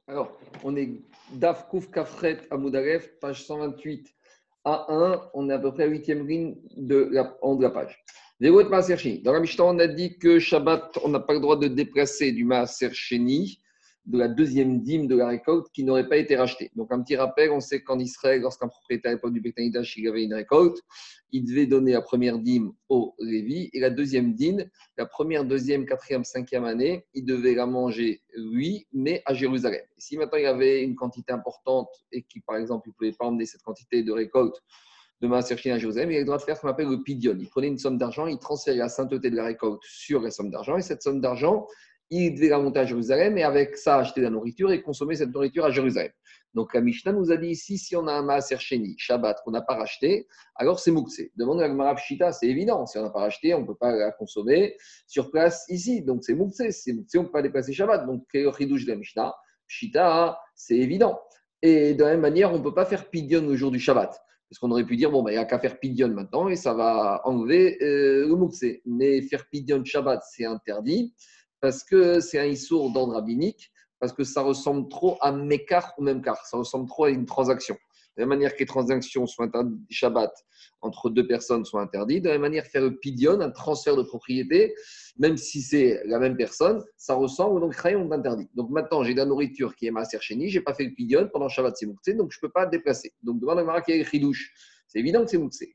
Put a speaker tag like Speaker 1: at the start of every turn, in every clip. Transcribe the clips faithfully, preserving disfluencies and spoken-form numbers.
Speaker 1: Alors, on est Daf Kouf Kafret Amoudalef, page cent vingt-huit à un. On est à peu près à la huitième ligne de la, en de la page. Végot Maaser Sheni. Dans la Mishnah, on a dit que Shabbat, on n'a pas le droit de déplacer du Maaser Sheni, de la deuxième dîme de la récolte, qui n'aurait pas été rachetée. Donc, un petit rappel, on sait qu'en Israël, lorsqu'un propriétaire à l'époque du Beth Amikdash, il avait une récolte, il devait donner la première dîme au Lévi et la deuxième dîme, la première, deuxième, quatrième, cinquième année, il devait la manger, lui, mais à Jérusalem. Et si maintenant il avait une quantité importante et qu'il, par exemple, il ne pouvait pas emmener cette quantité de récolte de Maaser Sheni à Jérusalem, il a le droit de faire ce qu'on appelle le pidion. Il prenait une somme d'argent, il transférait la sainteté de la récolte sur la somme d'argent, et cette somme d'argent, il devait la monter à Jérusalem et avec ça acheter de la nourriture et consommer cette nourriture à Jérusalem. Donc la Mishnah nous a dit ici, si on a un Maaser Sheni, Shabbat, qu'on n'a pas racheté, alors c'est Mouksé. Demande à Gemara Pshita, c'est évident. Si on n'a pas racheté, on ne peut pas la consommer sur place ici. Donc c'est Mouksé. C'est Mouksé, on ne peut pas déplacer Shabbat. Donc quel est le chidouche de la Mishnah? Pshita, c'est évident. Et de la même manière, on ne peut pas faire Pidyon le jour du Shabbat. Parce qu'on aurait pu dire, bon, ben, il n'y a qu'à faire Pidyon maintenant et ça va enlever euh, le Mouksé. Mais faire Pidyon Shabbat, c'est interdit parce que c'est un issour d'ordre rabbinique, parce que ça ressemble trop à Mekar ou Memkar, ça ressemble trop à une transaction. De la même manière que les transactions sont interdites, Shabbat, entre deux personnes sont interdites, de la même manière, faire le pidion, un transfert de propriété, même si c'est la même personne, ça ressemble, donc rien on interdit. Donc maintenant, j'ai de la nourriture qui est Maaser Sheni, je n'ai pas fait le pidion, pendant Shabbat c'est Mouktsé, donc je ne peux pas déplacer. Donc demande à Mara qui est le chidouche. C'est évident que c'est Mouktsé.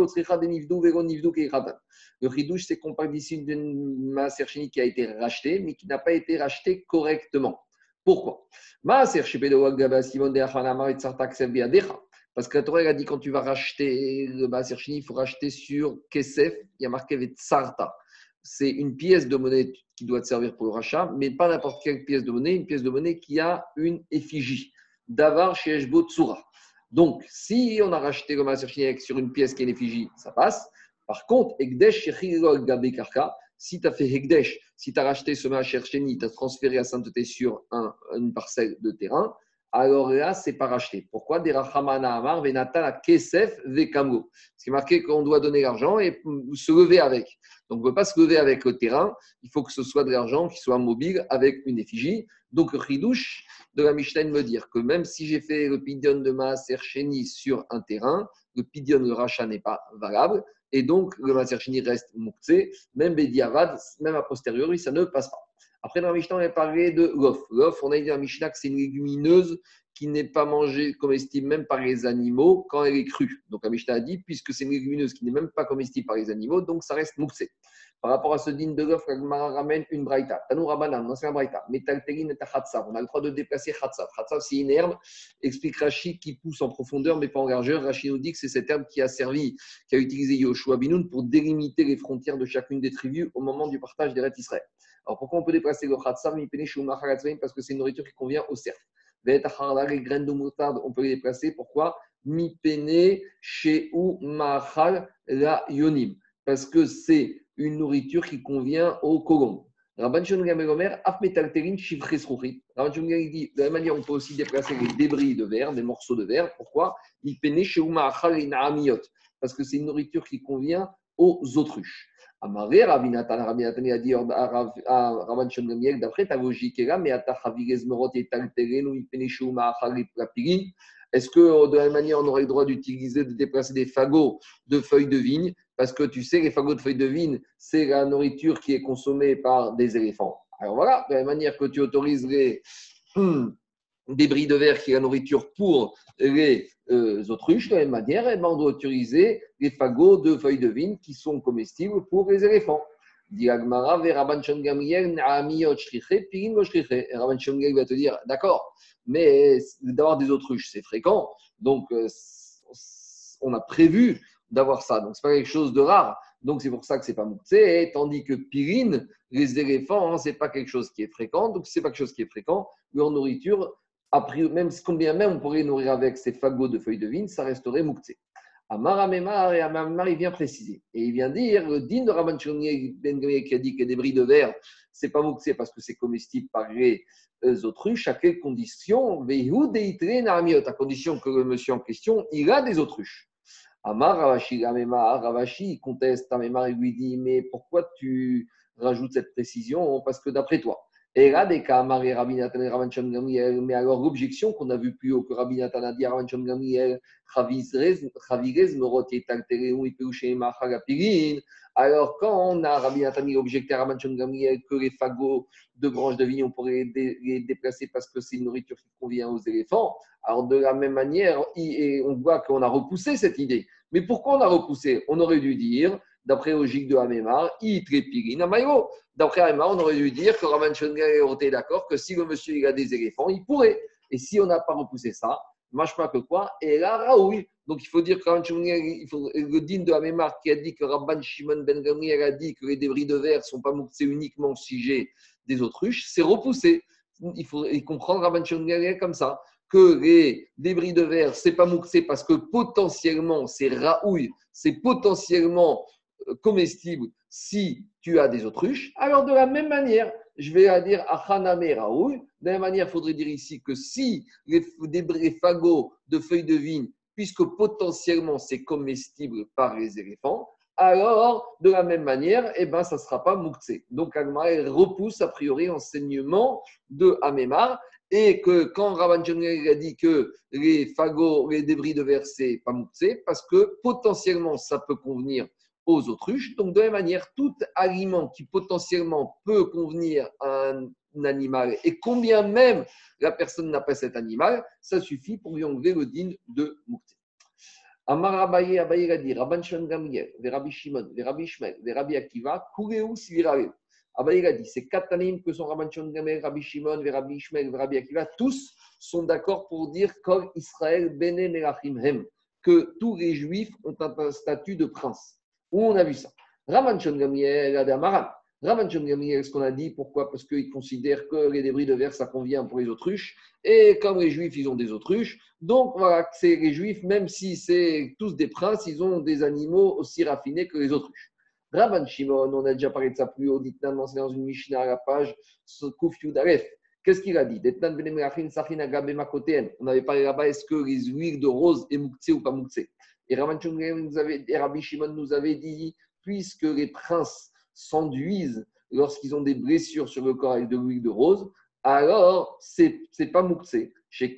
Speaker 1: Le chidouche, c'est qu'on parle d'ici d'une Maaser Sheni qui a été rachetée, mais qui n'a pas été rachetée correctement. Pourquoi? Parce que la Torah a dit quand tu vas racheter le Maaser Sheni, il faut racheter sur Kesef, il y a marqué Vetsarta. C'est une pièce de monnaie qui doit te servir pour le rachat, mais pas n'importe quelle pièce de monnaie, une pièce de monnaie qui a une effigie. Davar chez Eshbo Tsura. Donc, si on a racheté le Maaser Sheni sur une pièce qui a une effigie, ça passe. Par contre, Ekdesh Shechilol Gabe Karka, si tu as fait Hekdesh, si tu as racheté ce Maaser Sheni, tu as transféré la sainteté sur un, une parcelle de terrain, alors là, ce n'est pas racheté. Pourquoi? Des Rachamana Amar, Venata, Kesef, Vekamo. C'est marqué qu'on doit donner l'argent et se lever avec. Donc, on ne peut pas se lever avec le terrain, il faut que ce soit de l'argent qui soit mobile avec une effigie. Donc, le chidouche de la Mishnah me dire que même si j'ai fait le pidion de Maaser Sheni sur un terrain, le pidion, le rachat n'est pas valable. Et donc, le Maaser Sheni reste Mouktsé, même Bediavad, même a posteriori, ça ne passe pas. Après, dans la Mishnah, on a parlé de l'off. L'off, on a dit dans la Mishnah que c'est une légumineuse qui n'est pas mangée comestible même par les animaux quand elle est crue. Donc, la Mishnah a dit, puisque c'est une légumineuse qui n'est même pas comestible par les animaux, donc ça reste Mouktsé. Par rapport à ce din de l'off, la Gemara ramène une braïta. Tanou Rabanan, c'est un braïta. Metalterin et Khatsav. On a le droit de déplacer Khatsav. Khatsav, c'est une herbe, explique Rashi, qui pousse en profondeur mais pas en largeur. Rashi nous dit que c'est cette herbe qui a servi, qui a utilisé Yoshua Binoun pour délimiter les frontières de chacune des tribus au moment du partage des Rêtes Israël. Alors pourquoi on peut déplacer le Khatsav? Parce que c'est une nourriture qui convient au cerf. Les graines de moutarde, on peut les déplacer. Pourquoi? Mi pene chez ou mahal la yonim. Parce que c'est une nourriture qui convient aux colombes. Rabban Shimon Gamer, af metalterin shivres rouchit. Rabban Shimon dit de la même manière, on peut aussi déplacer les débris de verre, des morceaux de verre. Pourquoi? Mi pene chez ou mahal la naamiot. Parce que c'est une nourriture qui convient aux autruches. Amaré, Rabinatan, Rabinatan a dit à Rabban Shimon Gamliel, d'après ta logique est là, mais à ta chavirez merot et talteren ou mi pene chez ou mahal la pirin. Est-ce que de la même manière, on aurait le droit d'utiliser, de déplacer des fagots de feuilles de vigne? Parce que tu sais, les fagots de feuilles de vigne, c'est la nourriture qui est consommée par des éléphants. Alors voilà, de la même manière que tu autorises les hum, débris de verre qui est la nourriture pour les euh, autruches, de la même manière, eh ben, on doit autoriser les fagots de feuilles de vigne qui sont comestibles pour les éléphants. Diagmara ve Rabban Shimon Gamliel naamiyot shriche pirin lo shriche. Rabban Shimon Gamliel va te dire d'accord, mais d'avoir des autruches c'est fréquent, donc euh, on a prévu d'avoir ça, donc c'est pas quelque chose de rare, donc c'est pour ça que c'est pas mouktsé, tandis que pirin, les éléphants, hein, c'est pas quelque chose qui est fréquent, donc c'est pas quelque chose qui est fréquent, leur nourriture, après, même combien même on pourrait nourrir avec ces fagots de feuilles de vigne, ça resterait mouktsé. Amar Amemar, et Amemar, il vient préciser. Et il vient dire, le din de Rabban Shimon Ben Gamliel qui a dit que les débris de verre, c'est pas mouktsé parce que c'est comestible par les autruches, à quelles conditions? À condition que le monsieur en question, il a des autruches. Amar Ravashi, Amemar, Ravashi conteste Amemar et lui dit, mais pourquoi tu rajoutes cette précision? Parce que d'après toi, Et là, des cas, Amar et Rabbi Nathan et Rabban Shimon Gamliel, mais alors l'objection qu'on a vue plus haut que Rabbi Nathan a dit à Rabban Shimon Gamliel, Chavirez, Morot et Taltereu, Iperouché, Machal, Apirin. Alors, quand on a Rabbi Nathan objecté à Rabban Shimon Gamliel que les fagots de branches de vigne, on pourrait dé- les déplacer parce que c'est une nourriture qui convient aux éléphants, alors de la même manière, il- et on voit qu'on a repoussé cette idée. Mais pourquoi on a repoussé? On aurait dû dire, d'après la logique de Hamemar, Itrépirine, Amaïro. D'après Hamemar, on aurait dû dire que Rabban Shimon Gamliel était d'accord que si le monsieur il a des éléphants, il pourrait. Et si on n'a pas repoussé ça, mâche-pas que quoi, et là, Raoui. Donc il faut dire que Rabban Shimon Gamliel, il faut, le din de Hamemar qui a dit que Rabban Shimon Ben Gamliel a dit que les débris de verre ne sont pas mouxés uniquement si j'ai des autruches, c'est repoussé. Il faut y comprendre Rabban Shimon Gamliel comme ça, que les débris de verre, c'est pas mouxé parce que potentiellement c'est raouille, c'est potentiellement euh, comestible si tu as des autruches. Alors de la même manière, je vais à dire achaname raouille. De la même manière, il faudrait dire ici que si les débris les fagots de feuilles de vigne, puisque potentiellement c'est comestible par les éléphants, alors de la même manière, eh ben, ça ne sera pas mouktsé. Donc Agma repousse a priori l'enseignement de Hamemar et que quand Rabban Shimon a dit que les fagots, les débris de verre, c'est pas mouktsé, parce que potentiellement ça peut convenir aux autruches. Donc de la même manière, tout aliment qui potentiellement peut convenir à un animal et combien même la personne n'a pas cet animal, ça suffit pour lui enlever le din de mouktsé. Amar Abaye, Abaye a dit, Rabban Shimon Gamliel, Rabbi Shimon, Rabbi Ishmael, Rabbi Akiva, Kureou Svirareu. Abaye a dit, ces quatre tanim que sont Rabban Shimon Gamliel, Rabbi Shimon, Rabbi Ishmael, Rabbi Akiva, tous sont d'accord pour dire Kol Israël Bene Melachim Hem, que tous les juifs ont un statut de prince. Où on a vu ça? Rabban Shimon Gamliel a dit Amaram. Rabban Shimon Gamliel, ce qu'on a dit, pourquoi? Parce qu'ils considèrent que les débris de verre, ça convient pour les autruches. Et comme les juifs, ils ont des autruches, donc voilà, c'est les juifs, même si c'est tous des princes, ils ont des animaux aussi raffinés que les autruches. Rabban Shimon, on a déjà parlé de ça plus haut, dit c'est dans une Mishnah à la page Kouf Yudalef. Qu'est-ce qu'il a dit? On avait parlé là-bas, est-ce que les huiles de rose est mouktsé ou pas mouktsé? Et Rabban Shimon nous avait, et Rabbi Shimon nous avait dit, puisque les princes s'enduisent lorsqu'ils ont des blessures sur le corps avec de l'huile de rose, alors c'est n'est pas mouktsé.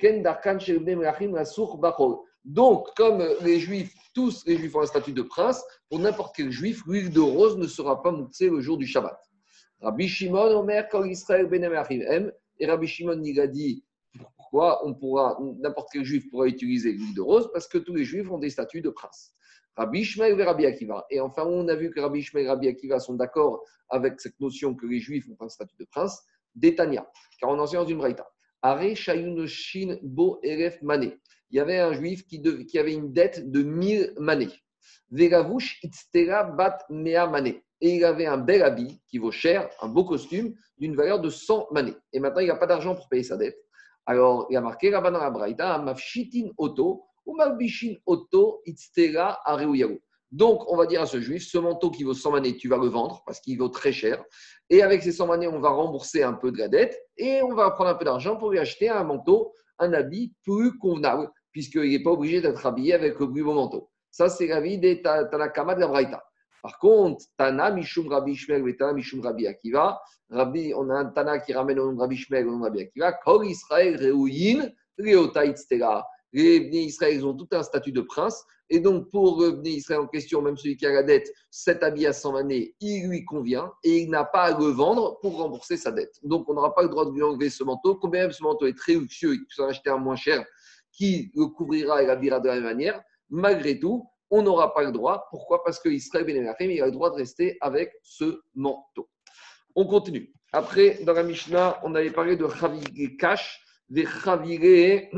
Speaker 1: Donc, comme les juifs, tous les juifs ont un statut de prince, pour n'importe quel juif, l'huile de rose ne sera pas mouktsé le jour du Shabbat. Rabbi Shimon, Omer, Kol Israël, Benem Achim, et Rabbi Shimon, il a dit pourquoi on pourra, n'importe quel juif pourra utiliser l'huile de rose, parce que tous les juifs ont des statuts de prince. Rabbi Ishmael et Rabbi Akiva. Et enfin, on a vu que Rabbi Ishmael et Rabbi Akiva sont d'accord avec cette notion que les juifs ont un statut de prince, d'Etania, car on enseigne dans une braïta. Are Shayunoshin Bo Eref Mané. Il y avait un juif qui, de, qui avait une dette de mille manées. Vegavush Itztera Bat Mea Mané. Et il avait un bel habit qui vaut cher, un beau costume, d'une valeur de cent manées. Et maintenant, il n'a pas d'argent pour payer sa dette. Alors, il a marqué là-bas dans la braïta, Mafshitin Oto, ou Mafbishin Oto Itztera Areuyago. Donc, on va dire à ce juif, ce manteau qui vaut cent manées, tu vas le vendre parce qu'il vaut très cher. Et avec ces cent manées, on va rembourser un peu de la dette et on va prendre un peu d'argent pour lui acheter un manteau, un habit plus convenable, puisqu'il n'est pas obligé d'être habillé avec le plus beau manteau. Ça, c'est l'avis des Tanakama de la braïta. Par contre, Tana, Mishum Rabbi Ishmael, et Tana, Mishum Rabbi Akiva. Rabbi, on a un Tana qui ramène au nom de Rabbi Ishmael, au nom de Rabbi Akiva. Kol Israël Reuyin, Reota Itztera. Les Bnei Israël, ils ont tout un statut de prince. Et donc, pour le Bnei Israël en question, même celui qui a la dette, cet habit à cent années, il lui convient et il n'a pas à le vendre pour rembourser sa dette. Donc, on n'aura pas le droit de lui enlever ce manteau. Combien même ce manteau est très luxueux, il peut acheter un moins cher qui le couvrira et l'habillera de la même manière. Malgré tout, on n'aura pas le droit. Pourquoi? Parce que Israël Ben Elachim, il a le droit de rester avec ce manteau. On continue. Après, dans la Mishnah, on avait parlé de Chavire Kash, des Chavire.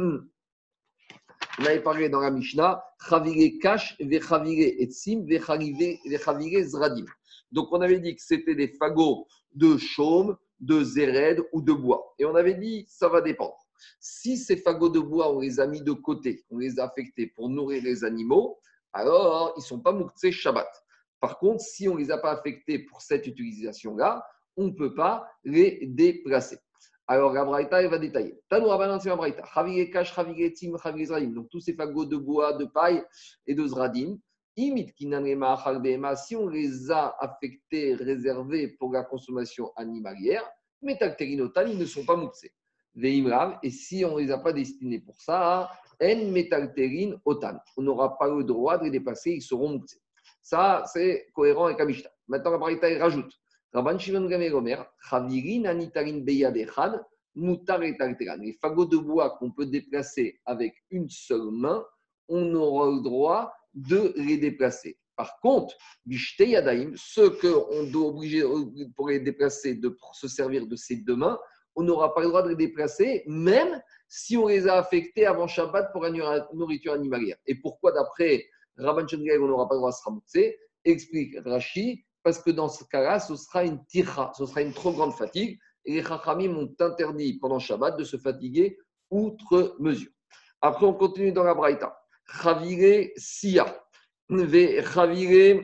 Speaker 1: On avait parlé dans la Mishnah, Chavire Kash, des Chavire Etzim, des Chavire Zradim. Donc, on avait dit que c'était des fagots de chaume, de zéred ou de bois. Et on avait dit, ça va dépendre. Si ces fagots de bois, on les a mis de côté, on les a affectés pour nourrir les animaux, alors ils ne sont pas mouktsé Shabbat. Par contre, si on ne les a pas affectés pour cette utilisation-là, on ne peut pas les déplacer. Alors, la Braïta, elle va détailler. Tanou Rabbanan, c'est la Braïta. Chavire Kash, Chavire Etzim, Chavire Zradim. Donc, tous ces fagots de bois, de paille et de Zradim. Imit Kinanema, Chalbema, si on les a affectés, réservés pour la consommation animalière, Métalterinotan, ils ne sont pas mouxés. Veimrav, et si on ne les a pas destinés pour ça, en métalterin otan. On n'aura pas le droit de les dépasser, ils seront mouxés. Ça, c'est cohérent avec la Mishnah. Maintenant, la Braïta, il rajoute Rabban Shimon Gamé Omer, Chavirin anitarin beyad echad, mutar et talteran. Les fagots de bois qu'on peut déplacer avec une seule main, on aura le droit de les déplacer. Par contre, bishte yadaim, ceux qu'on doit obliger pour les déplacer de pour se servir de ces deux mains, on n'aura pas le droit de les déplacer, même si on les a affectés avant Shabbat pour la nourriture animalière. Et pourquoi, d'après Rabban Shimon Gamé, on n'aura pas le droit de se ramouxer? Explique Rashi, parce que dans ce cas-là, ce sera une tira, ce sera une trop grande fatigue. Et les Chachamim ont interdit pendant Shabbat de se fatiguer outre mesure. Après, on continue dans la Braïta. Chavire Sia. Chavire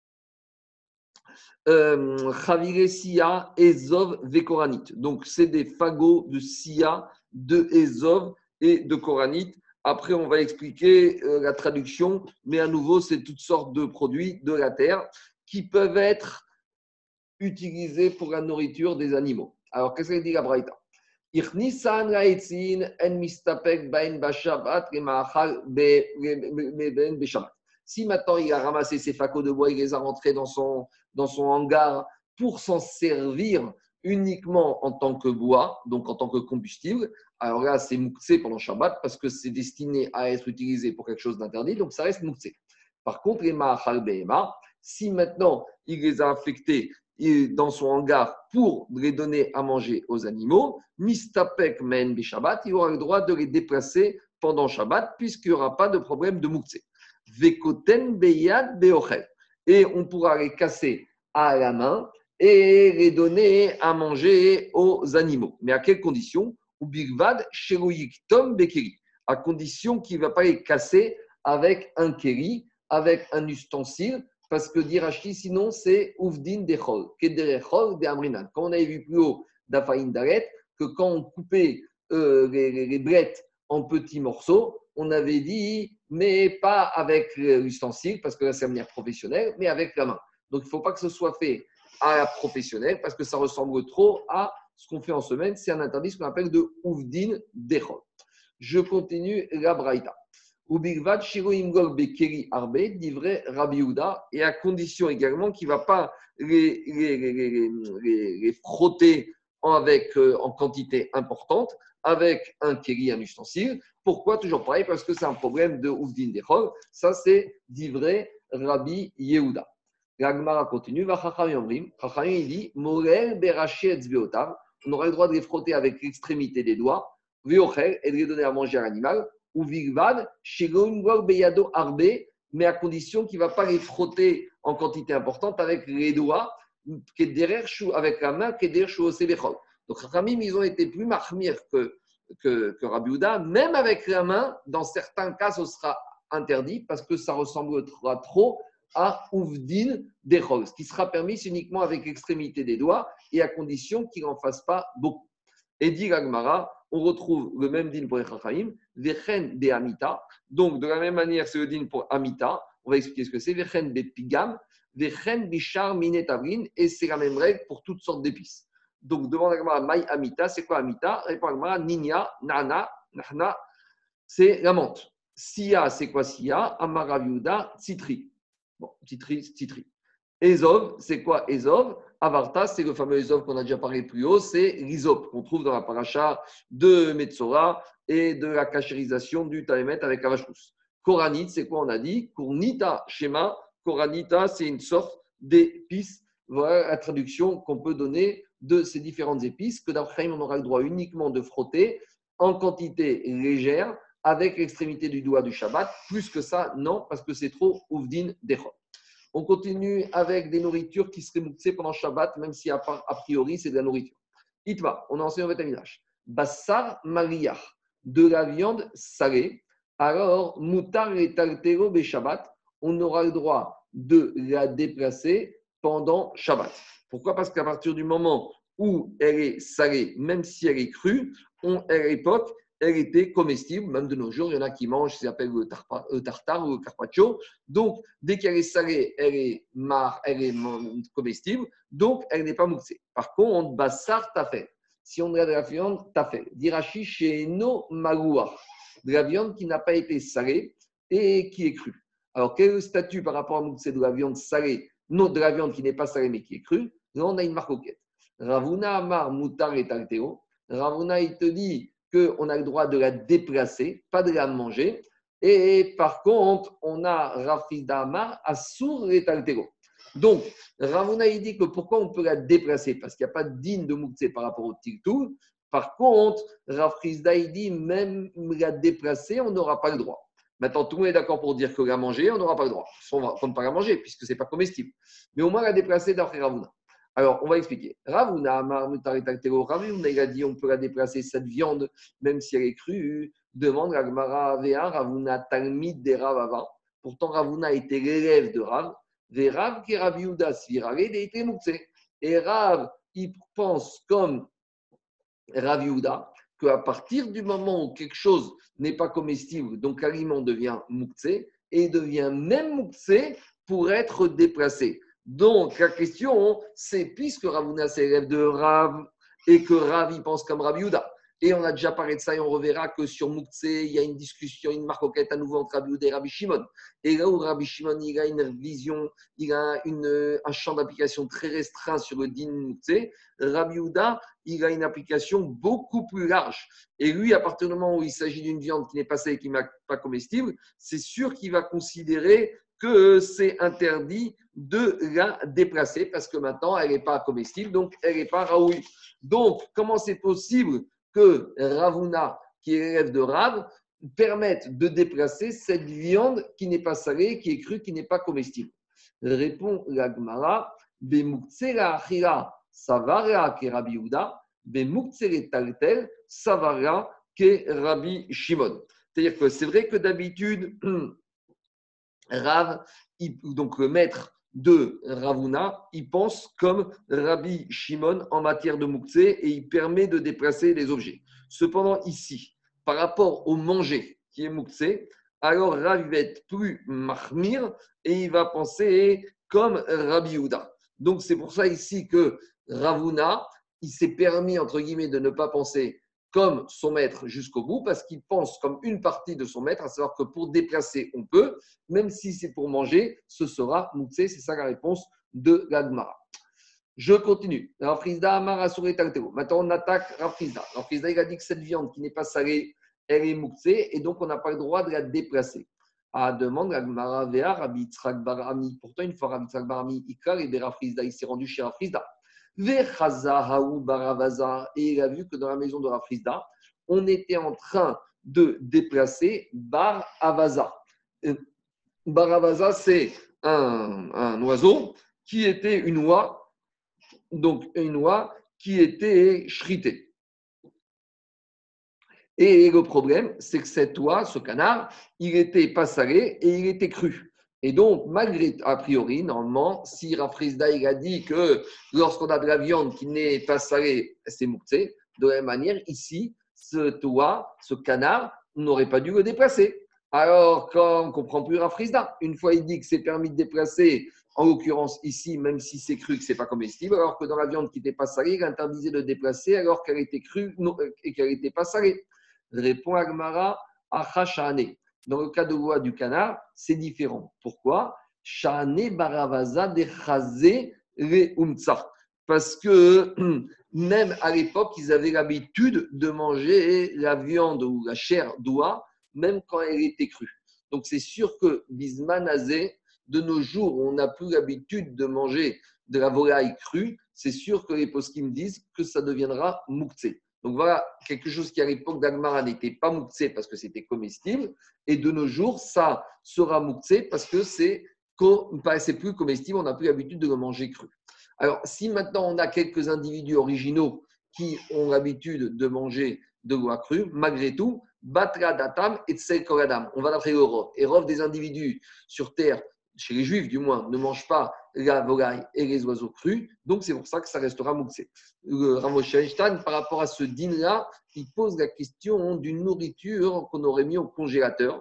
Speaker 1: Sia, Ezov, Vekoranit. Donc, c'est des fagots de Sia, de Ezov et de Koranit. Après, on va expliquer euh, la traduction, mais à nouveau, c'est toutes sortes de produits de la terre qui peuvent être utilisés pour la nourriture des animaux. Alors, qu'est-ce qu'elle dit la Braïta? Si maintenant il a ramassé ses facos de bois, il les a rentrés dans son, dans son hangar pour s'en servir uniquement en tant que bois, donc en tant que combustible, alors là, c'est mouxé pendant Shabbat parce que c'est destiné à être utilisé pour quelque chose d'interdit, donc ça reste mouxé. Par contre, les ma'achal behema, si maintenant il les a affectés dans son hangar pour les donner à manger aux animaux, mistapek men be Shabbat, il aura le droit de les déplacer pendant Shabbat puisqu'il n'y aura pas de problème de mouxé. Vekoten beyad beochel. Et on pourra les casser à la main et les donner à manger aux animaux. Mais à quelles conditions? Ou bigvad sheroyik tom bekeri. À condition qu'il ne va pas les casser avec un keri, avec un ustensile, parce que dirachi, sinon c'est ouvdin dechol, kederechol de amrinan. Quand on avait vu plus haut d'Afaïn Daret, que quand on coupait euh, les, les, les brettes en petits morceaux, on avait dit, mais pas avec l'ustensile, parce que là c'est de manière professionnelle, mais avec la main. Donc il ne faut pas que ce soit fait à la professionnelle, parce que ça ressemble trop à ce qu'on fait en semaine. C'est un interdit, ce qu'on appelle de ouvdin dechol. Je continue la braïta. Ubigvad Shiro Imgol Bekeri Arbe, livré Rabbi Yehuda, et à condition également qu'il ne va pas les, les, les, les, les, les frotter avec, euh, en quantité importante avec un keri, un ustensile. Pourquoi? Toujours pareil, parce que c'est un problème de Ouvdin Dechol. Ça, c'est livré Rabbi Yehuda. La Gemara continue. Chachamim il dit Morel Berashi Etzbeotav. On aura le droit de les frotter avec l'extrémité des doigts, Viochel, et de les donner à manger à l'animal. Ou Vigvad, Beyado Arbe, mais à condition qu'il ne va pas les frotter en quantité importante avec les doigts, avec la main, donc Ramim, ils ont été plus mahmir que, que, que Rabbi Yehuda, même avec la main, dans certains cas, ce sera interdit parce que ça ressemblera trop à Ouvdin Dechol. Ce qui sera permis uniquement avec l'extrémité des doigts et à condition qu'il n'en fasse pas beaucoup. Et dit l'Agmara, on retrouve le même din pour les Chachamim, Vechen de Amita. Donc, de la même manière, c'est le din pour Amita. On va expliquer ce que c'est. Vechen de Pigam, Vechen Bishar Minetavrin. Et c'est la même règle pour toutes sortes d'épices. Donc, devant l'Agmara, Maï Amita, c'est quoi Amita? Répond l'Agmara, Ninya, Nana, Nahna, c'est la menthe. Sia, c'est quoi Sia? Amaraviuda, Citri. Bon, Citri, Citri. Ezov, c'est quoi Ezov? Avarta, c'est le fameux Ezov qu'on a déjà parlé plus haut, c'est l'Izop qu'on trouve dans la paracha de Metzora et de la cachérisation du Tahémet avec la vache rousse. Koranit, c'est quoi on a dit? Kournita, schéma. Koranita, c'est une sorte d'épice. Voilà la traduction qu'on peut donner de ces différentes épices que d'après on aura le droit uniquement de frotter en quantité légère avec l'extrémité du doigt du Shabbat. Plus que ça, non, parce que c'est trop ouvdin dechol. On continue avec des nourritures qui seraient mouxées pendant Shabbat, même si a priori c'est de la nourriture. Itma, on a enseigné au Betamidrash. Bassar Mariach, de la viande salée. Alors, Moutar et Taltero be Shabbat, on aura le droit de la déplacer pendant Shabbat. Pourquoi? Parce qu'à partir du moment où elle est salée, même si elle est crue, on, à l'époque, elle était comestible. Même de nos jours, il y en a qui mangent ce qu'ils appellent le, tarpa, le tartare ou le carpaccio. Donc, dès qu'elle est salée, elle est, mar, elle est comestible. Donc, elle n'est pas mouxée. Par contre, bassar tafel. Si on a de la viande tafel, dirachi chez no magoua, de la viande qui n'a pas été salée et qui est crue. Alors, quel est le statut par rapport à mouxée de la viande salée, non de la viande qui n'est pas salée mais qui est crue? Là, on a une marcoquette. Ravuna Amar Moutar et Talteo. Ravuna, il te dit qu'on a le droit de la déplacer, pas de la manger. Et par contre, on a Rafida Amar Assour et Talteo. Donc, Ravuna, il dit que pourquoi on peut la déplacer? Parce qu'il n'y a pas de digne de Mouktsé par rapport au Tiltou. Par contre, Rafrizda, il dit même la déplacer, on n'aura pas le droit. Maintenant, tout le monde est d'accord pour dire que la manger, on n'aura pas le droit. On ne va pas la manger puisque ce n'est pas comestible. Mais au moins la déplacer d'après Ravuna. Alors, on va expliquer. Ravuna, Ravuna, il a dit on peut la déplacer, cette viande, même si elle est crue. Demande la Gemara Véa, Ravuna Talmid de Ravava. Pourtant, Ravuna était l'élève de Rav. Ve Rav qui Rav Yehuda Svirale de Moukse. Et Rav, il pense comme Rav Yehuda qu'à partir du moment où quelque chose n'est pas comestible, donc l'aliment devient Moukse et devient même Moukse pour être déplacé. Donc, la question, c'est puisque Ravuna, c'est l'élève de Rav et que Rav, il pense comme Rav Yehuda. Et on a déjà parlé de ça et on reverra que sur Moukse, il y a une discussion, une marcoquette à nouveau entre Rav Yehuda et Rabbi Shimon. Et là où Rabbi Shimon, il a une vision, il a une, un champ d'application très restreint sur le din Moukse, Rabbi Yehuda, il a une application beaucoup plus large. Et lui, à partir du moment où il s'agit d'une viande qui n'est pas salée, qui n'est pas comestible, c'est sûr qu'il va considérer que c'est interdit de la déplacer parce que maintenant, elle n'est pas comestible, donc elle n'est pas raoui. Donc, comment c'est possible que Ravuna, qui est l'élève de Rav, permette de déplacer cette viande qui n'est pas salée, qui est crue, qui n'est pas comestible? Répond la Gemara, Bemuktsela achila savara ke Rabbi Yehuda, Bemuktsele taltel savara ke Rabbi Shimon. C'est-à-dire que c'est vrai que d'habitude, Rav, donc le maître de Ravuna, il pense comme Rabbi Shimon en matière de Moukse et il permet de déplacer les objets. Cependant, ici, par rapport au manger qui est Moukse, alors Rav va être plus mahmir et il va penser comme Rabbi Yehuda. Donc, c'est pour ça ici que Ravuna, il s'est permis, entre guillemets, de ne pas penser comme son maître jusqu'au bout, parce qu'il pense comme une partie de son maître, à savoir que pour déplacer, on peut, même si c'est pour manger, ce sera Moukse. C'est ça la réponse de la Gemara. Je continue. Rafrizda Amar Assuré Talteo. Maintenant, on attaque Rafrizda. Rafrizda, il a dit que cette viande qui n'est pas salée, elle est Moukse, et donc on n'a pas le droit de la déplacer. À demande, la Gemara Véa, Rabbi Yitzhak Barami. Pourtant, une fois Rabbi Yitzhak Barami, Ikar et Rafrizda, il s'est rendu chez Rafrizda. Et il a vu que dans la maison de Rafrizda, on était en train de déplacer Bar Avaza. Bar Avaza, c'est un, un oiseau qui était une oie, donc une oie qui était shritée. Et le problème, c'est que cette oie, ce canard, il n'était pas salé et il était cru. Et donc, malgré, a priori, normalement, si Rafrizda il a dit que lorsqu'on a de la viande qui n'est pas salée, c'est mouktsé, de la même manière, ici, ce oie, ce canard, on n'aurait pas dû le déplacer. Alors, quand on ne comprend plus Rafrizda, une fois il dit que c'est permis de déplacer, en l'occurrence ici, même si c'est cru, que ce n'est pas comestible, alors que dans la viande qui n'était pas salée, il interdisait de déplacer alors qu'elle était crue non, et qu'elle n'était pas salée. Répond Agmara, Achashane. Dans le cas de l'oie du canard, c'est différent. Pourquoi? Shane baravaza de chazé le umtsa. Parce que même à l'époque, ils avaient l'habitude de manger la viande ou la chair d'oie, même quand elle était crue. Donc c'est sûr que bismanazé, de nos jours, on n'a plus l'habitude de manger de la volaille crue. C'est sûr que les poskim disent que ça deviendra mouktsé. Donc voilà, quelque chose qui à l'époque d'Agmara n'était pas mouktsé parce que c'était comestible. Et de nos jours, ça sera mouktsé parce que c'est, c'est plus comestible, on n'a plus l'habitude de le manger cru. Alors, si maintenant on a quelques individus originaux qui ont l'habitude de manger de l'oie crue, malgré tout, Batra Datam et Tsel Koradam, on va d'après le Rov. Et Rov des individus sur Terre chez les Juifs du moins, ne mangent pas la volaille et les oiseaux crus. Donc, c'est pour ça que ça restera mouxé. Le Rav Moshe Feinstein, par rapport à ce din-là, il pose la question d'une nourriture qu'on aurait mis au congélateur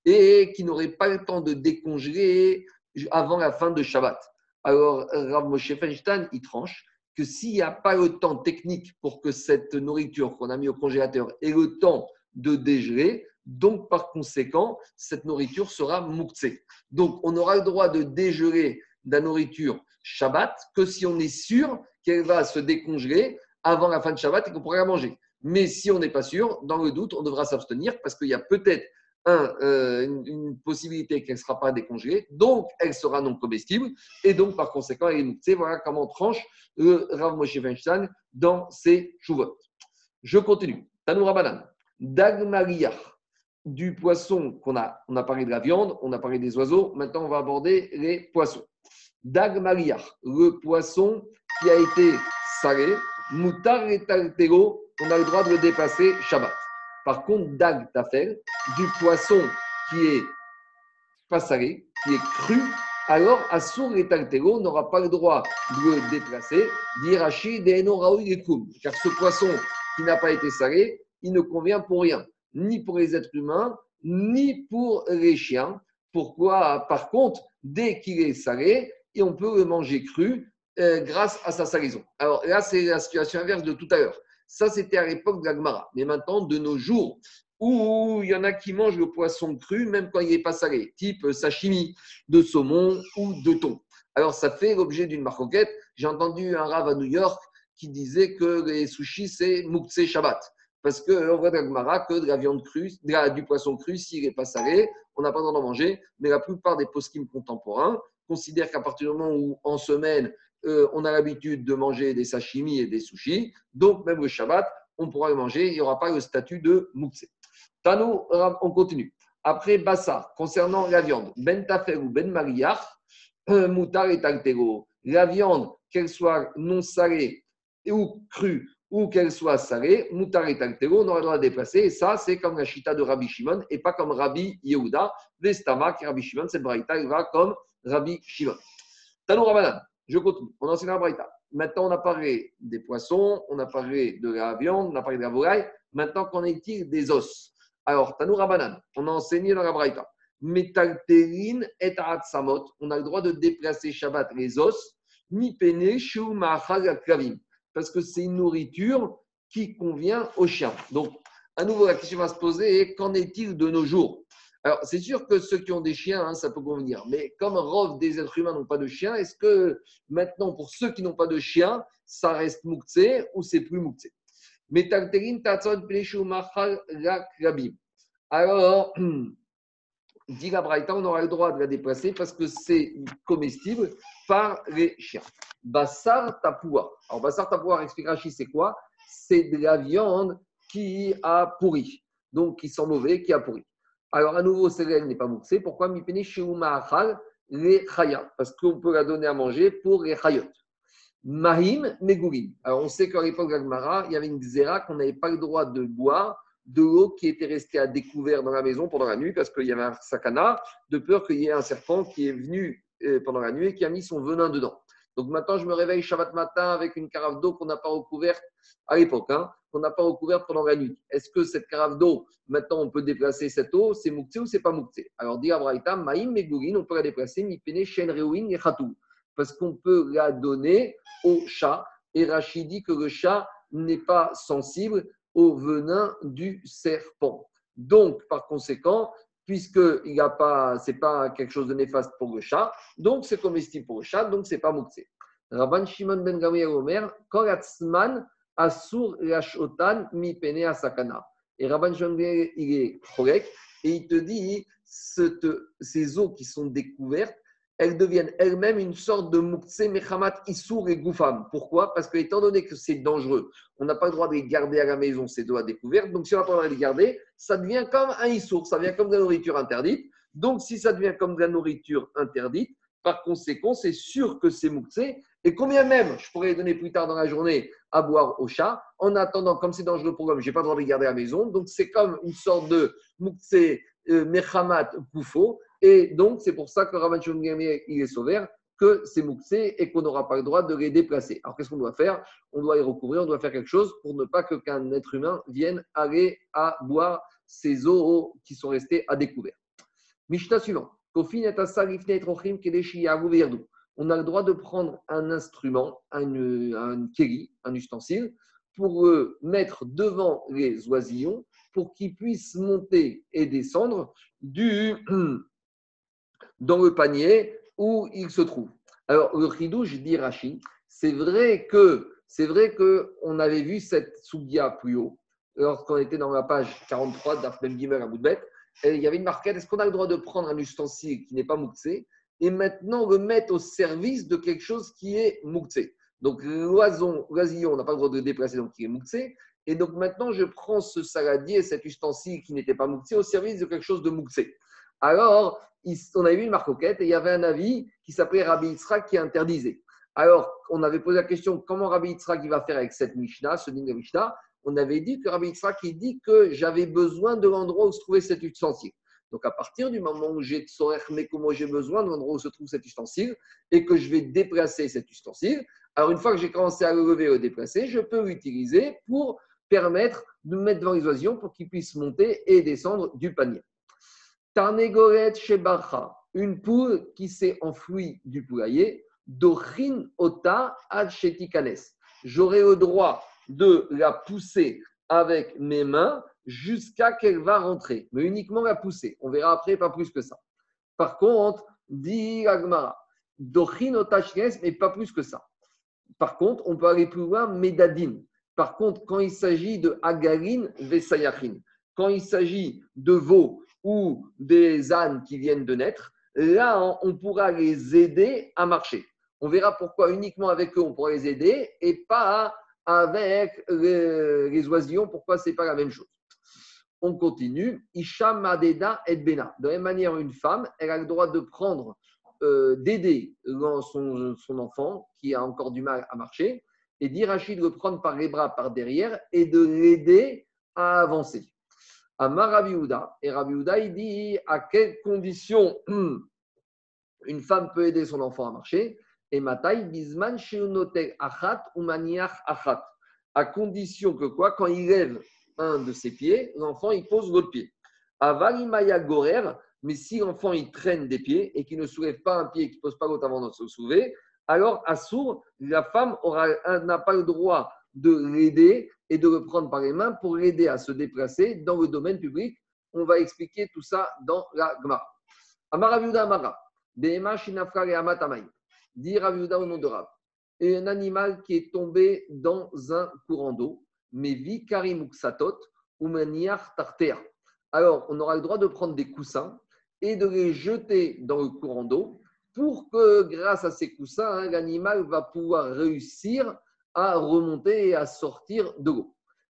Speaker 1: et qui n'aurait pas le temps de décongeler avant la fin de Shabbat. Alors, Rav Moshe Feinstein, il tranche que s'il n'y a pas le temps technique pour que cette nourriture qu'on a mis au congélateur ait le temps de dégeler, donc par conséquent, cette nourriture sera mouxée. Donc, on aura le droit de dégeler de la nourriture Shabbat que si on est sûr qu'elle va se décongeler avant la fin de Shabbat et qu'on pourra la manger. Mais si on n'est pas sûr, dans le doute, on devra s'abstenir parce qu'il y a peut-être un, euh, une, une possibilité qu'elle ne sera pas décongelée, donc elle sera non comestible et donc par conséquent, elle est mouxée. Voilà comment on tranche le Rav Moshe Feinstein dans ses chouvot. Je continue. Tanoura Banan. Dagmariyah, du poisson qu'on a, on a parlé de la viande, on a parlé des oiseaux, maintenant on va aborder les poissons. Dagmariyah, le poisson qui a été salé, Moutar et Taltego, on a le droit de le dépasser Shabbat. Par contre, Dag Tafel, du poisson qui est pas salé, qui est cru, alors Assour et Taltego n'aura pas le droit de le déplacer, d'Irachi, d'Eno Raoui et Koum. Car ce poisson qui n'a pas été salé, il ne convient pour rien, ni pour les êtres humains, ni pour les chiens. Pourquoi ? Par contre, dès qu'il est salé, et on peut le manger cru euh, grâce à sa salaison. Alors là, c'est la situation inverse de tout à l'heure. Ça, c'était à l'époque de la Gemara. Mais maintenant, de nos jours, où il y en a qui mangent le poisson cru, même quand il n'est pas salé, type sashimi de saumon ou de thon. Alors, ça fait l'objet d'une marcoquette. J'ai entendu un rave à New York qui disait que les sushis, c'est Muktzeh Shabbat. Parce qu'on voit dans la Gemara que de la viande crue, de la, du poisson cru, s'il n'est pas salé, on n'a pas le droit d'en manger. Mais la plupart des poskim contemporains considèrent qu'à partir du moment où, en semaine, euh, on a l'habitude de manger des sashimi et des sushis, donc même le Shabbat, on pourra le manger, il n'y aura pas le statut de Muktzeh. Tanou, on continue. Après Bassar, concernant la viande, Ben Tafer ou Ben Mariach, euh, Moutar et Taltego, la viande, qu'elle soit non salée ou crue, ou qu'elle soit salée, Moutar et Taltego, on aura le droit de déplacer. Et ça, c'est comme la chita de Rabbi Shimon et pas comme Rabbi Yehuda. Vestama, qui est Rabbi Shimon, cette braïta, il va comme Rabbi Shimon. Tanou Rabanan, je continue. On enseigne la braïta. Maintenant, on a parlé des poissons, on a parlé de la viande, on a parlé de la volaille. Maintenant, qu'en est-il des os ? Alors, Tanou Rabanan, on a enseigné dans la braïta. Metalterin et Atsamot, on a le droit de déplacer Shabbat les os, mi pene shu ma'achal klavim, parce que c'est une nourriture qui convient aux chiens. Donc, à nouveau, la question va se poser, qu'en est-il de nos jours ? Alors, c'est sûr que ceux qui ont des chiens, hein, ça peut convenir. Mais comme Rov des êtres humains n'ont pas de chiens, est-ce que maintenant, pour ceux qui n'ont pas de chiens, ça reste Muktzeh ou c'est plus Muktzeh ? Metalterin tatzot peshu ma'achal klavim. Alors, dit la Braïta, on aura le droit de la déplacer parce que c'est comestible par les chiens. Bassar tapoua. Alors, Bassar tapoua, explique Rachid, c'est quoi ? C'est de la viande qui a pourri, donc qui sent mauvais, qui a pourri. Alors, à nouveau, celle-là n'est pas mouxée. Pourquoi ? Mipene sheuma achal les chaya, parce qu'on peut la donner à manger pour les chayot. Mahim megourim. Alors, on sait qu'à l'époque de la Gemara, il y avait une xéra qu'on n'avait pas le droit de boire de l'eau qui était restée à découvert dans la maison pendant la nuit parce qu'il y avait un sakana, de peur qu'il y ait un serpent qui est venu pendant la nuit et qui a mis son venin dedans. Donc maintenant, je me réveille Shabbat matin avec une carafe d'eau qu'on n'a pas recouverte à l'époque, hein, qu'on n'a pas recouverte pendant la nuit. Est-ce que cette carafe d'eau, maintenant, on peut déplacer cette eau ? C'est mouktsé ou c'est pas mouktsé ? Alors, dit Abraïta, maïm megurin, on peut la déplacer, mipene shen reuin et chatou, parce qu'on peut la donner au chat. Et Rachid dit que le chat n'est pas sensible au venin du serpent. Donc, par conséquent, puisque ce n'est pas quelque chose de néfaste pour le chat, donc c'est comestible pour le chat, donc ce n'est pas mouktsé. Rabban Shimon ben Gamliel Omer, Koratzman Asur Rashotan Mi Pene Asakana. Et Rabban Shimon ben Gamliel, il est chorek, et il te dit, cette, ces eaux qui sont découvertes, elles deviennent elles-mêmes une sorte de muktzeh mechamat issour et goufam. Pourquoi ? Parce que, étant donné que c'est dangereux, on n'a pas le droit de les garder à la maison, ces eaux à découvert. Donc, si on n'a pas le droit de les garder, ça devient comme un issour, ça devient comme de la nourriture interdite. Donc, si ça devient comme de la nourriture interdite, par conséquent, c'est sûr que c'est muktzeh. Et combien même je pourrais les donner plus tard dans la journée à boire au chat, en attendant, comme c'est dangereux pour l'homme, je n'ai pas le droit de les garder à la maison. Donc, c'est comme une sorte de muktzeh euh, Mechamat Koufo. Et donc, c'est pour ça que Rabban Shimon ben Gamliel, il est sauvé, que c'est Mouksé et qu'on n'aura pas le droit de les déplacer. Alors, qu'est-ce qu'on doit faire? On doit y recourir, on doit faire quelque chose pour ne pas que, qu'un être humain vienne aller à boire ces eaux qui sont restées à découvert. Mishnah suivant. On a le droit de prendre un instrument, un, un kéli, un ustensile, pour euh, mettre devant les oisillons pour qu'ils puissent monter et descendre du, dans le panier où ils se trouvent. Alors, le chidouche dit Rashi, c'est vrai que c'est vrai qu'on avait vu cette soubia plus haut, lorsqu'on était dans la page quarante-trois d'Afbem Gimel à Boudbet, et il y avait une marquette, est-ce qu'on a le droit de prendre un ustensile qui n'est pas mouxé et maintenant le mettre au service de quelque chose qui est mouxé? Donc, l'oison, l'oisillon, on n'a pas le droit de le déplacer, donc il est mouxé. Et donc, maintenant, je prends ce saladier, cet ustensile qui n'était pas mouxé, au service de quelque chose de mouxé. Alors, on avait vu une marcoquette et il y avait un avis qui s'appelait Rabbi Yitzhak qui interdisait. Alors, on avait posé la question, comment Rabbi Yitzhak il va faire avec cette Mishnah, ce din de Mishnah? On avait dit que Rabbi Yitzhak il dit que j'avais besoin de l'endroit où se trouvait cet ustensile. Donc, à partir du moment où j'ai Tsorech Mekomo, j'ai besoin de l'endroit où se trouve cet ustensile et que je vais déplacer cet ustensile, alors une fois que j'ai commencé à le lever et le déplacer, je peux l'utiliser pour permettre de me mettre devant les oisillons pour qu'ils puissent monter et descendre du panier. Tarnegoret Shebacha, une poule qui s'est enfouie du poulailler, Dochin Ota Ad Shetikanes. J'aurai le droit de la pousser avec mes mains jusqu'à qu'elle va rentrer, mais uniquement la pousser. On verra après, pas plus que ça. Par contre, dit Agmara, Dochin Ota Shetikanes, mais pas plus que ça. Par contre, on peut aller plus loin, Medadin. Par contre, quand il s'agit de Agarin Vesayachin, quand il s'agit de veaux ou des ânes qui viennent de naître, là, on pourra les aider à marcher. On verra pourquoi uniquement avec eux, on pourra les aider et pas avec les, les oisillons, pourquoi ce n'est pas la même chose. On continue. Isha Madeda et Bena. De la même manière, une femme, elle a le droit de prendre, euh, d'aider son, son enfant qui a encore du mal à marcher et d'Irachi de le prendre par les bras, par derrière et de l'aider à avancer. Amar Rabbi Yehuda, et Rabbi Yehuda, il dit à quelles conditions une femme peut aider son enfant à marcher. Et Matai, Bisman, Sheunotel Achat ou Maniach Achat. À condition que quoi? Quand il lève un de ses pieds, l'enfant il pose l'autre pied. Avalimaya Gorer, mais si l'enfant il traîne des pieds et qu'il ne soulève pas un pied et qu'il ne pose pas l'autre avant de se soulever, alors à sourd, la femme aura, n'a pas le droit de l'aider et de le prendre par les mains pour l'aider à se déplacer dans le domaine public. On va expliquer tout ça dans la Gemara. Amar Rav Yehuda Amara, Behema Shinafra et Amatamay. Dit Rav Yehuda au nom de Rav. Et un animal qui est tombé dans un courant d'eau, mais vi karimuksatot ou maniach tartea. Alors, on aura le droit de prendre des coussins et de les jeter dans le courant d'eau pour que, grâce à ces coussins, hein, l'animal va pouvoir réussir à remonter et à sortir de l'eau.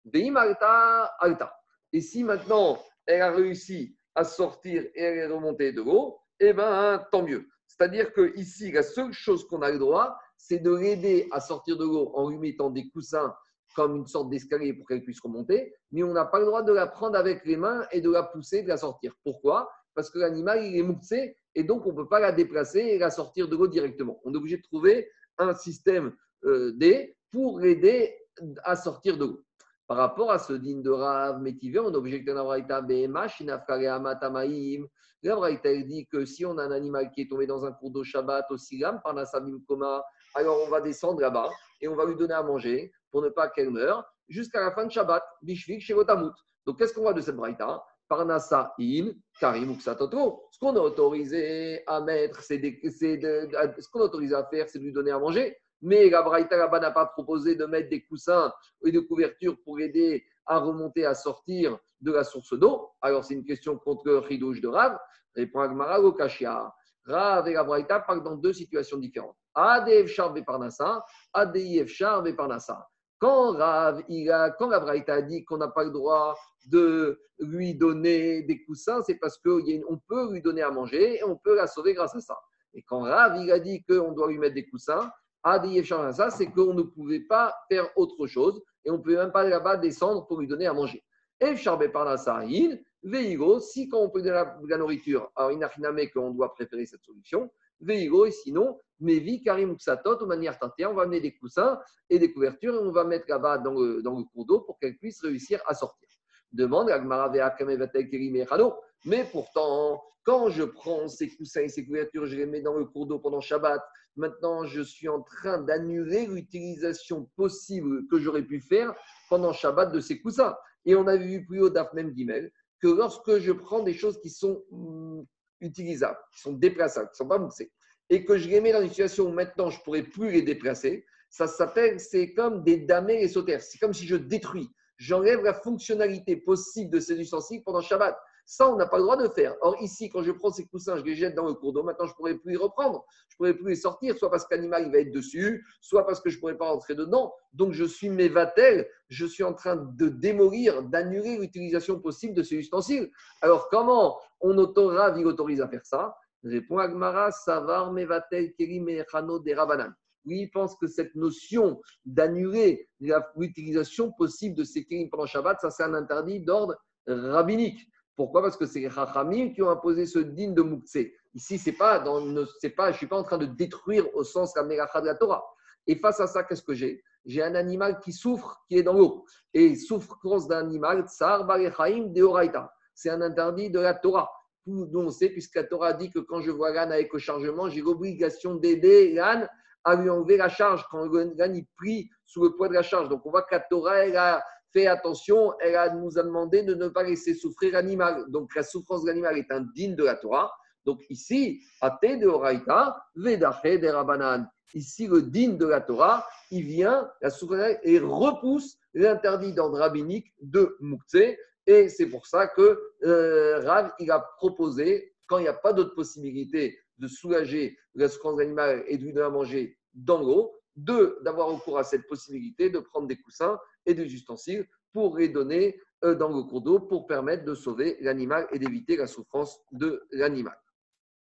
Speaker 1: Alta, alta. Et si maintenant elle a réussi à sortir et elle est remontée de l'eau, eh bien, tant mieux. C'est-à-dire qu'ici, la seule chose qu'on a le droit, c'est de l'aider à sortir de l'eau en lui mettant des coussins comme une sorte d'escalier pour qu'elle puisse remonter, mais on n'a pas le droit de la prendre avec les mains et de la pousser, de la sortir. Pourquoi? Parce que l'animal, il est mouxé et donc on ne peut pas la déplacer et la sortir de l'eau directement. On est obligé de trouver un système euh, D pour l'aider à sortir de l'eau. Par rapport à ce din de Rav Métivé, on est obligé de Braïta Behema, Shinafkare Amatamaïm. La Braïta dit que si on a un animal qui est tombé dans un cours d'eau Shabbat au Silam, par Nasabim Koma, alors on va descendre là-bas et on va lui donner à manger pour ne pas qu'elle meure jusqu'à la fin de Shabbat, Bishvik Shevotamut. Donc qu'est-ce qu'on voit de cette Braïta? Parnasa in, Karim Uksatoto. Ce qu'on a autorisé à mettre, c'est, des, c'est de, ce qu'on a autorisé à faire, c'est de lui donner à manger. Mais la Braïta là-bas n'a pas proposé de mettre des coussins et de couvertures pour aider à remonter, à sortir de la source d'eau. Alors c'est une question contre le Chidouche de Rav. Répond Agmara Lokashia. Rav et la Braïta parlent dans deux situations différentes. Adev Shar Beparnasa, Adev Shar Beparnasa. Quand Rav, il a, quand la Braïta a dit qu'on n'a pas le droit de lui donner des coussins, c'est parce qu'on peut lui donner à manger et on peut la sauver grâce à ça. Et quand Rav, il a dit qu'on doit lui mettre des coussins, ça, c'est qu'on ne pouvait pas faire autre chose et on ne pouvait même pas là-bas descendre pour lui donner à manger. Et Charbé par la Sahil, Veigo, si quand on peut donner la, la nourriture, alors inachiname qu'on doit préférer cette solution, Veigo, et sinon, Mevi, Karim Ksatot, de manière tentée, on va amener des coussins et des couvertures et on va mettre là-bas dans le, dans le cours d'eau pour qu'elle puisse réussir à sortir. Demande Agmara Ve'akamevatel Kerim Echano, mais pourtant, quand je prends ces coussins et ces couvertures, je les mets dans le cours d'eau pendant Shabbat, maintenant je suis en train d'annuler l'utilisation possible que j'aurais pu faire pendant Shabbat de ces coussins. Et on avait vu plus haut d'Afnem Gimel que lorsque je prends des choses qui sont hum, utilisables, qui sont déplaçables, qui ne sont pas moussées, et que je les mets dans une situation où maintenant je ne pourrais plus les déplacer, ça s'appelle, c'est comme des damés et sautères. C'est comme si je détruis, j'enlève la fonctionnalité possible de ces ustensiles pendant Shabbat. Ça, on n'a pas le droit de faire. Or, ici, quand je prends ces coussins, je les jette dans le cours d'eau, maintenant, je ne pourrais plus les reprendre. Je ne pourrais plus les sortir, soit parce que l'animal va être dessus, soit parce que je ne pourrais pas rentrer dedans. Donc, je suis mévatel, je suis en train de démolir, d'annuler l'utilisation possible de ces ustensiles. Alors, comment on autorise, il autorise à faire ça? Répond Agmara, Savar, Mevatel, Keri, Mechano, des Rabanan. Oui, il pense que cette notion d'annuler l'utilisation possible de ces kérim pendant Shabbat, ça, c'est un interdit d'ordre rabbinique. Pourquoi? Parce que c'est les Chachamim qui ont imposé ce din de Moukse. Ici, c'est pas dans le, c'est pas, je ne suis pas en train de détruire au sens la Melacha de la Torah. Et face à ça, qu'est-ce que j'ai? J'ai un animal qui souffre, qui est dans l'eau. Et souffrance d'un animal, Tsar Barechaim Deoraita. C'est un interdit de la Torah. Tout dont on sait, puisque la Torah dit que quand je vois l'âne avec le chargement, j'ai l'obligation d'aider l'âne à lui enlever la charge, quand l'âne il prie sous le poids de la charge. Donc on voit que la Torah, elle a fait attention, elle a, nous a demandé de ne pas laisser souffrir l'animal. Donc la souffrance de l'animal est un digne de la Torah. Donc ici, Ate de Oraita, Vedache de Rabanan. Ici, le digne de la Torah, il vient, la souffrance, et repousse l'interdit d'ordre rabbinique de Mouktsé. Et c'est pour ça que euh, Rav, il a proposé, quand il n'y a pas d'autre possibilité de soulager la souffrance de l'animal et de lui donner à manger dans l'eau, deux, d'avoir recours à cette possibilité de prendre des coussins et des ustensiles pour les donner dans le cours d'eau pour permettre de sauver l'animal et d'éviter la souffrance de l'animal.